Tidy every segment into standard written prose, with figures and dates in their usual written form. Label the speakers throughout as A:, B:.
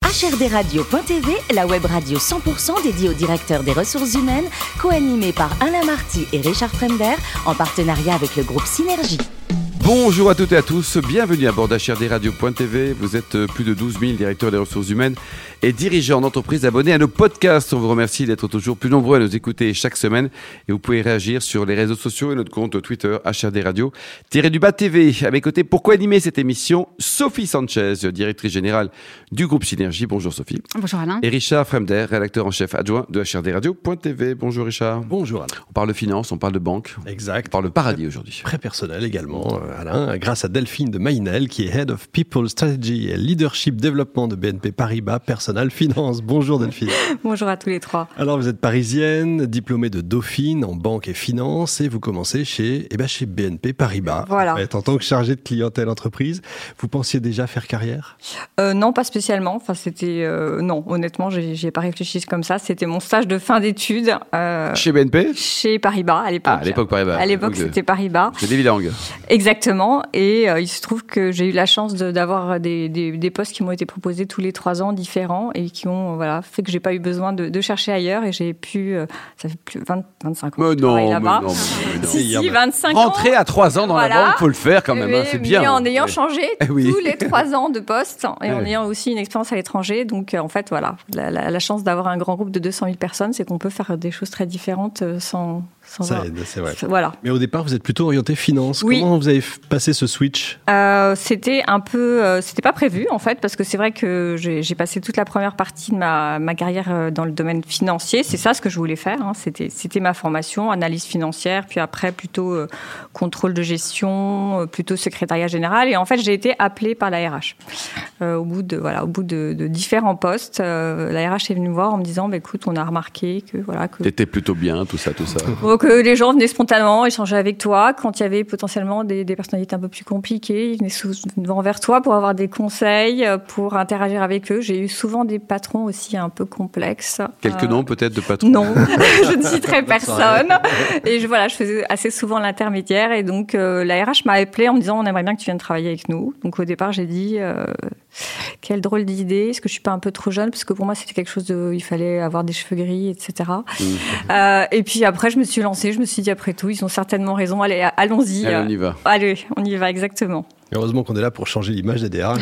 A: HRDRadio.tv, la web radio 100% dédiée aux directeurs des ressources humaines, co-animée par Alain Marty et Richard Fremder, en partenariat avec le groupe Synergie.
B: Bonjour à toutes et à tous, bienvenue à bord d'HRDRadio.tv. Vous êtes plus de 12 000 directeurs des ressources humaines et dirigeants d'entreprises abonnés à nos podcasts. On vous remercie d'être toujours plus nombreux à nous écouter chaque semaine et vous pouvez réagir sur les réseaux sociaux et notre compte Twitter HRDRadio-TV. À mes côtés, pour co-animer cette émission, Sophie Sanchez, directrice générale du groupe Synergie. Bonjour Sophie.
C: Bonjour Alain.
B: Et Richard Fremder, rédacteur en chef adjoint de HRDRadio.tv. Bonjour Richard.
D: Bonjour Alain.
B: On parle de finance, on parle de banque.
D: Exact.
B: On parle de paradis aujourd'hui.
D: Très personnel également, Alain, grâce à Delphine de Maynel, qui est Head of People Strategy et Leadership Development de BNP Paribas Personal Finance. Bonjour Delphine.
C: Bonjour à tous les trois.
D: Alors vous êtes parisienne, diplômée de Dauphine en banque et finance et vous commencez chez BNP Paribas.
C: Voilà.
D: En tant que chargée de clientèle entreprise, vous pensiez déjà faire carrière ?
C: Non, pas spécialement. Enfin, non, honnêtement, j'y ai pas réfléchi comme ça. C'était mon stage de fin d'études.
B: Chez BNP ?
C: Chez Paribas à l'époque.
B: Ah, à l'époque Paribas.
C: À l'époque, c'était Paribas.
B: C'est des langues.
C: Exactement. Et il se trouve que j'ai eu la chance d'avoir des postes qui m'ont été proposés tous les 3 ans différents et qui ont fait que j'ai pas eu besoin de chercher ailleurs et j'ai pu, ça fait plus 25 ans que je travaille là-bas. Si, 25 ans.
B: Rentrer à 3 ans dans la banque, faut le faire quand même, c'est bien.
C: Mais en ayant changé tous les 3 ans de poste et en ayant aussi une expérience à l'étranger. Donc en fait, voilà, la chance d'avoir un grand groupe de 200 000 personnes, c'est qu'on peut faire des choses très différentes sans
D: ça aide, c'est vrai.
C: Voilà.
D: Mais au départ, vous êtes plutôt orienté finance.
C: Oui.
D: Comment vous avez passé ce switch ?
C: C'était un peu, c'était pas prévu en fait, parce que c'est vrai que j'ai passé toute la première partie de ma carrière dans le domaine financier. C'est ça ce que je voulais faire. Hein. C'était ma formation, analyse financière, puis après plutôt contrôle de gestion, plutôt secrétariat général. Et en fait, j'ai été appelée par la RH. Au bout de différents postes, la RH est venue me voir en me disant, écoute, on a remarqué que
B: t'étais plutôt bien, tout ça.
C: Que les gens venaient spontanément échanger avec toi quand il y avait potentiellement des personnalités un peu plus compliquées. Ils venaient souvent vers toi pour avoir des conseils, pour interagir avec eux. J'ai eu souvent des patrons aussi un peu complexes.
B: Quelques noms peut-être de patrons ?
C: Non, je ne citerai personne. Et je faisais assez souvent l'intermédiaire. Et donc la RH m'a appelée en me disant, on aimerait bien que tu viennes travailler avec nous. Donc au départ, j'ai dit, quelle drôle d'idée. Est-ce que je suis pas un peu trop jeune ? Parce que pour moi, c'était quelque chose il fallait avoir des cheveux gris, etc. Et puis après, je me suis lancée. Je me suis dit, après tout, ils ont certainement raison. Allez, allons-y.
B: Allez, on y va.
C: Allez, on y va, exactement.
D: Heureusement qu'on est là pour changer l'image des DRH.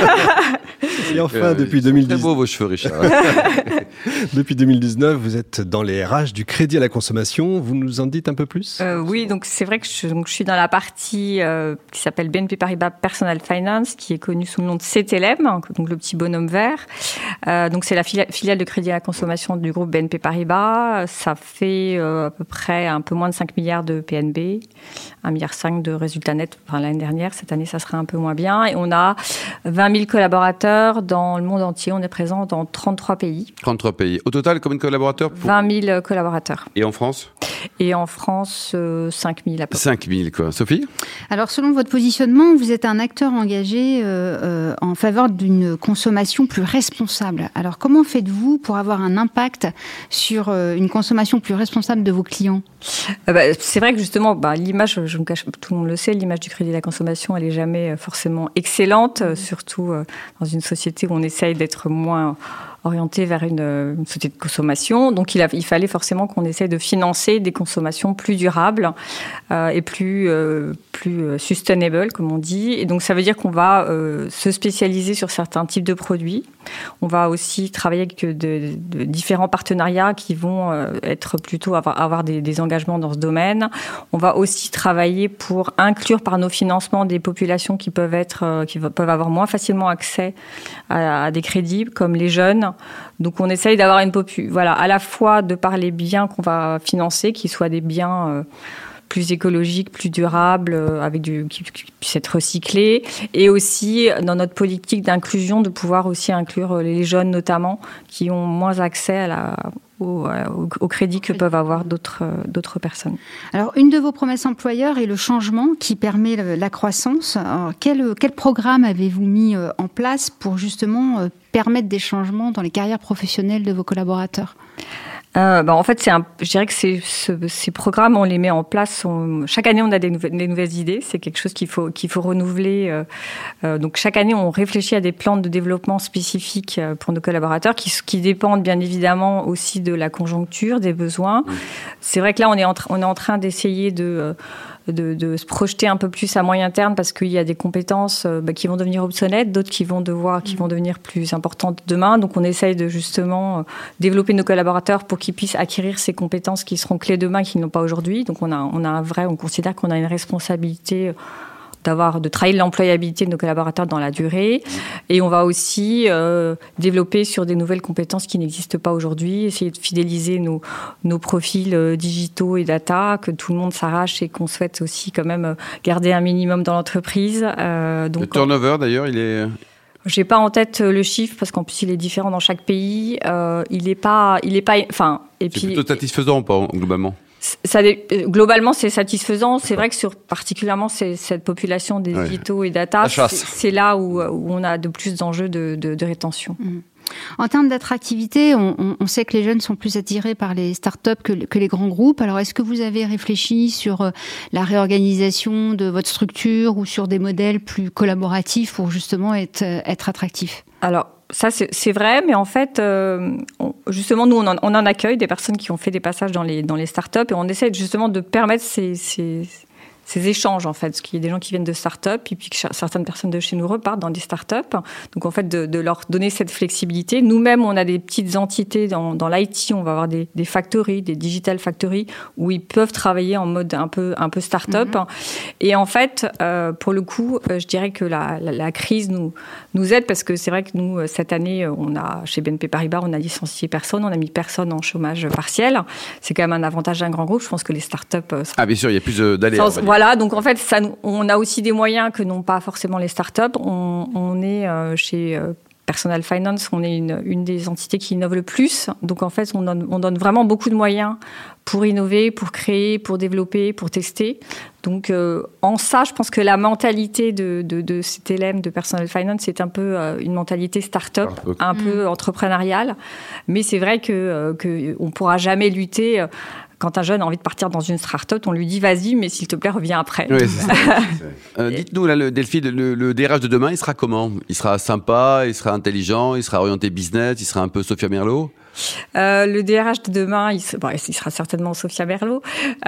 D: Et enfin, depuis 2019...
B: Très beau vos cheveux, Richard.
D: Depuis 2019, vous êtes dans les RH du crédit à la consommation. Vous nous en dites un peu plus ?
C: Oui, donc c'est vrai que je suis dans la partie qui s'appelle BNP Paribas Personal Finance, qui est connue sous le nom de CTLM, donc le petit bonhomme vert. Donc c'est la filiale de crédit à la consommation du groupe BNP Paribas. Ça fait à peu près un peu moins de 5 milliards de PNB, 1,5 milliard de résultats nets l'année dernière. Cette année, ça sera un peu moins bien. Et on a 20 000 collaborateurs dans le monde entier. On est présent dans 33 pays.
B: 33 pays. Au total, combien de collaborateurs ?
C: 20 000 collaborateurs.
B: Et en France ?
C: Et en France, 5 000 à peu près.
B: 5 000, quoi. Sophie ?
E: Alors, selon votre positionnement, vous êtes un acteur engagé en faveur d'une consommation plus responsable. Alors, comment faites-vous pour avoir un impact sur une consommation plus responsable de vos clients ?
C: C'est vrai que justement, l'image, je me cache, tout le monde le sait, l'image du crédit à la consommation, elle est jamais forcément excellente, surtout dans une société où on essaye d'être moins orienté vers une société de consommation. Donc, il fallait forcément qu'on essaye de financer des consommations plus durables et plus sustainable, comme on dit. Et donc, ça veut dire qu'on va se spécialiser sur certains types de produits. On va aussi travailler avec de différents partenariats qui vont être plutôt avoir des engagements dans ce domaine. On va aussi travailler pour inclure par nos financements des populations qui peuvent avoir moins facilement accès à des crédits, comme les jeunes. Donc, on essaye d'avoir à la fois de par les biens qu'on va financer, qui soient des biens plus écologiques, plus durables, qui puissent être recyclés, et aussi dans notre politique d'inclusion, de pouvoir aussi inclure les jeunes notamment, qui ont moins accès au crédit que peuvent avoir d'autres personnes.
E: Alors, une de vos promesses employeurs est le changement qui permet la croissance. Alors, quel programme avez-vous mis en place pour justement permettre des changements dans les carrières professionnelles de vos collaborateurs ?
C: En fait, je dirais que ces programmes, on les met en place. Chaque année, on a des nouvelles idées. C'est quelque chose qu'il faut renouveler. Donc, chaque année, on réfléchit à des plans de développement spécifiques pour nos collaborateurs qui dépendent bien évidemment aussi de la conjoncture, des besoins. C'est vrai que là, on est en train d'essayer de se projeter un peu plus à moyen terme parce qu'il y a des compétences qui vont devenir obsolètes, d'autres qui vont devenir plus importantes demain. Donc, on essaye de justement développer nos collaborateurs pour qu'ils puissent acquérir ces compétences qui seront clés demain, qu'ils n'ont pas aujourd'hui. Donc, on considère qu'on a une responsabilité de travailler l'employabilité de nos collaborateurs dans la durée. Et on va aussi développer sur des nouvelles compétences qui n'existent pas aujourd'hui, essayer de fidéliser nos profils digitaux et data, que tout le monde s'arrache et qu'on souhaite aussi quand même garder un minimum dans l'entreprise.
B: Le turnover, d'ailleurs, il est...
C: J'ai pas en tête le chiffre parce qu'en plus il est différent dans chaque pays. Il est pas. Enfin, et puis.
B: C'est plutôt satisfaisant ou pas globalement?
C: Globalement, c'est satisfaisant. C'est vrai que particulièrement cette population des digitaux et data, c'est là où on a de plus d'enjeux de rétention.
E: En termes d'attractivité, on sait que les jeunes sont plus attirés par les startups que les grands groupes. Alors, est-ce que vous avez réfléchi sur la réorganisation de votre structure ou sur des modèles plus collaboratifs pour justement être attractifs? Alors,
C: ça, c'est vrai, mais en fait, justement, nous, on en accueille des personnes qui ont fait des passages dans les startups et on essaie justement de permettre ces échanges, en fait, parce qu'il y a des gens qui viennent de start-up et puis que certaines personnes de chez nous repartent dans des start-up. Donc, en fait, de leur donner cette flexibilité. Nous-mêmes, on a des petites entités dans l'IT. On va avoir des factories, des digital factories, où ils peuvent travailler en mode un peu start-up. Et en fait, pour le coup, je dirais que la crise nous aide parce que c'est vrai que nous, cette année, chez BNP Paribas, on a licencié personne. On a mis personne en chômage partiel. C'est quand même un avantage d'un grand groupe. Je pense que les start-up...
B: bien sûr, il y a plus d'aléas.
C: Voilà, donc en fait, on a aussi des moyens que n'ont pas forcément les startups. On est chez Personal Finance, on est une des entités qui innove le plus. Donc en fait, on donne vraiment beaucoup de moyens pour innover, pour créer, pour développer, pour tester. Donc en ça, je pense que la mentalité de cet LM de Personal Finance, c'est un peu une mentalité start-up, un peu entrepreneuriale. Mais c'est vrai qu'on ne pourra jamais lutter... Quand un jeune a envie de partir dans une start-up, on lui dit « vas-y, mais s'il te plaît, reviens après ».
B: Oui, c'est ça. Dites-nous, là, Delphine, le DRH de demain, il sera comment? Il sera sympa, il sera intelligent, il sera orienté business, il sera un peu Sophia Merlo?
C: Le DRH de demain, il sera certainement Sophia Merlo.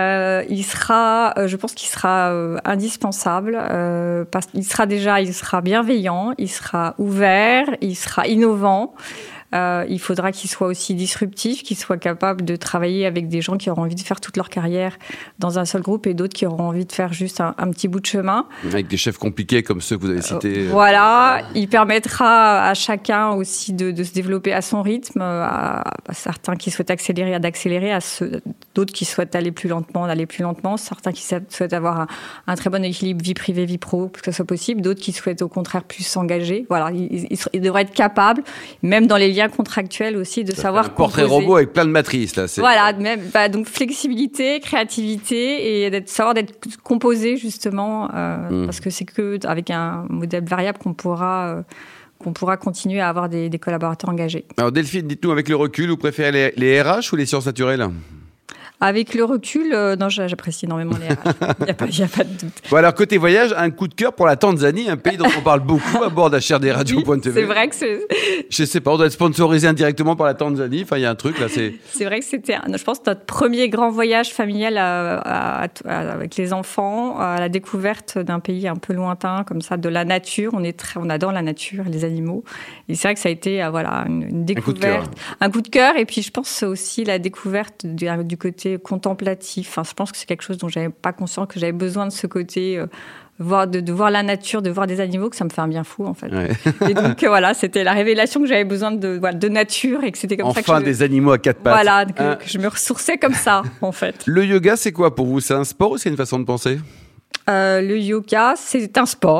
C: Je pense qu'il sera indispensable. Il sera bienveillant, il sera ouvert, il sera innovant. Il faudra qu'il soit aussi disruptif, qu'il soit capable de travailler avec des gens qui auront envie de faire toute leur carrière dans un seul groupe et d'autres qui auront envie de faire juste un petit bout de chemin.
B: Avec des chefs compliqués comme ceux que vous avez cités.
C: Voilà, il permettra à chacun aussi de se développer à son rythme, à certains qui souhaitent accélérer, d'accélérer, d'autres qui souhaitent aller plus lentement, certains qui souhaitent avoir un très bon équilibre vie privée, vie pro, pour que ce soit possible, d'autres qui souhaitent au contraire plus s'engager. Voilà, il devrait être capable, même dans les liens contractuels aussi, de savoir
B: un portrait robot avec plein de matrices là.
C: Voilà, donc flexibilité, créativité et savoir d'être composé justement, parce que c'est que avec un modèle variable qu'on pourra continuer à avoir des collaborateurs engagés. Alors
B: Delphine, dites-nous, avec le recul, vous préférez les RH ou les sciences naturelles?
C: Avec le recul, non, j'apprécie énormément les RH. Il n'y a pas de doute.
B: Bon, alors, côté voyage, un coup de cœur pour la Tanzanie, un pays dont on parle beaucoup à bord d'HRDRadio.tv.
C: Oui, c'est vrai que c'est...
B: Je sais pas, on doit être sponsorisé indirectement par la Tanzanie. Enfin, il y a un truc, là,
C: C'est vrai que c'était, je pense, notre premier grand voyage familial avec les enfants, à la découverte d'un pays un peu lointain, comme ça, de la nature. On adore la nature, les animaux. Et c'est vrai que ça a été, une découverte. Un coup de cœur. Et puis, je pense aussi la découverte du côté contemplatif. Enfin, je pense que c'est quelque chose dont j'avais pas conscience, que j'avais besoin de ce côté de voir la nature, de voir des animaux, que ça me fait un bien fou en fait. Ouais. Et donc voilà, c'était la révélation que j'avais besoin de nature et que c'était comme ça que
B: des animaux à quatre pattes.
C: Voilà, que je me ressourçais comme ça en fait.
B: Le yoga, c'est quoi pour vous? C'est un sport ou c'est une façon de penser?
C: Le yoga, c'est un sport.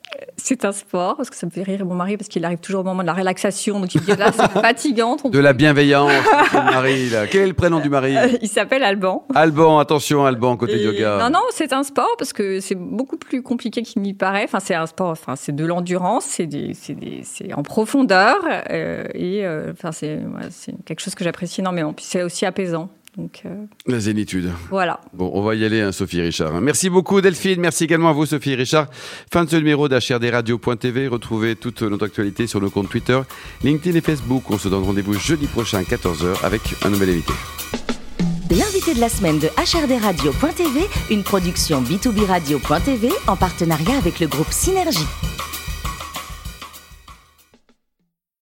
C: C'est un sport, parce que ça me fait rire mon mari, parce qu'il arrive toujours au moment de la relaxation, donc il me dit là, c'est fatigant.
B: De la bienveillance, le mari, là. Quel est le prénom du mari?
C: Il s'appelle Alban.
B: Alban, attention Alban, côté yoga.
C: Non, c'est un sport, parce que c'est beaucoup plus compliqué qu'il n'y paraît. Enfin, c'est un sport, c'est de l'endurance, c'est en profondeur, c'est quelque chose que j'apprécie énormément. Puis c'est aussi apaisant. Donc,
B: la zénitude.
C: Voilà.
B: Bon, on va y aller, Sophie Richard. Merci beaucoup, Delphine. Merci également à vous, Sophie Richard. Fin de ce numéro d'HRDRadio.tv. Retrouvez toute notre actualité sur nos comptes Twitter, LinkedIn et Facebook. On se donne rendez-vous jeudi prochain à 14h avec un nouvel invité.
A: L'invité de la semaine de HRDRadio.tv, une production B2B Radio.tv en partenariat avec le groupe Synergie.